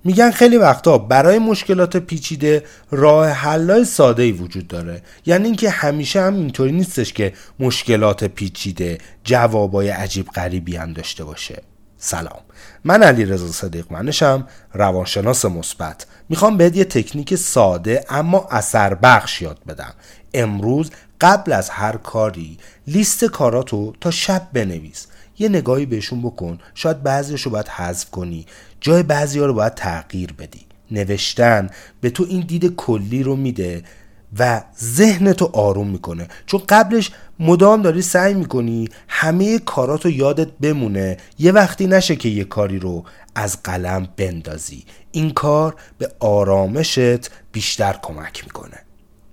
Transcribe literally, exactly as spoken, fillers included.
میگن خیلی وقتا برای مشکلات پیچیده راه حل‌های ساده‌ای وجود داره. یعنی اینکه همیشه هم اینطوری نیستش که مشکلات پیچیده جوابای عجیب غریبی هم داشته باشه. سلام، من علیرضا صدیق منشم، روانشناس مثبت. میخوام بهت یه تکنیک ساده اما اثر بخش یاد بدم. امروز قبل از هر کاری لیست کاراتو تا شب بنویس، یه نگاهی بهشون بکن. شاید بعضیشو باید حذف کنی، جای بعضی‌ها رو باید تغییر بدی. نوشتن به تو این دید کلی رو میده و ذهنتو آروم میکنه، چون قبلش مدام داری سعی میکنی همه کاراتو یادت بمونه، یه وقتی نشه که یه کاری رو از قلم بندازی. این کار به آرامشت بیشتر کمک میکنه.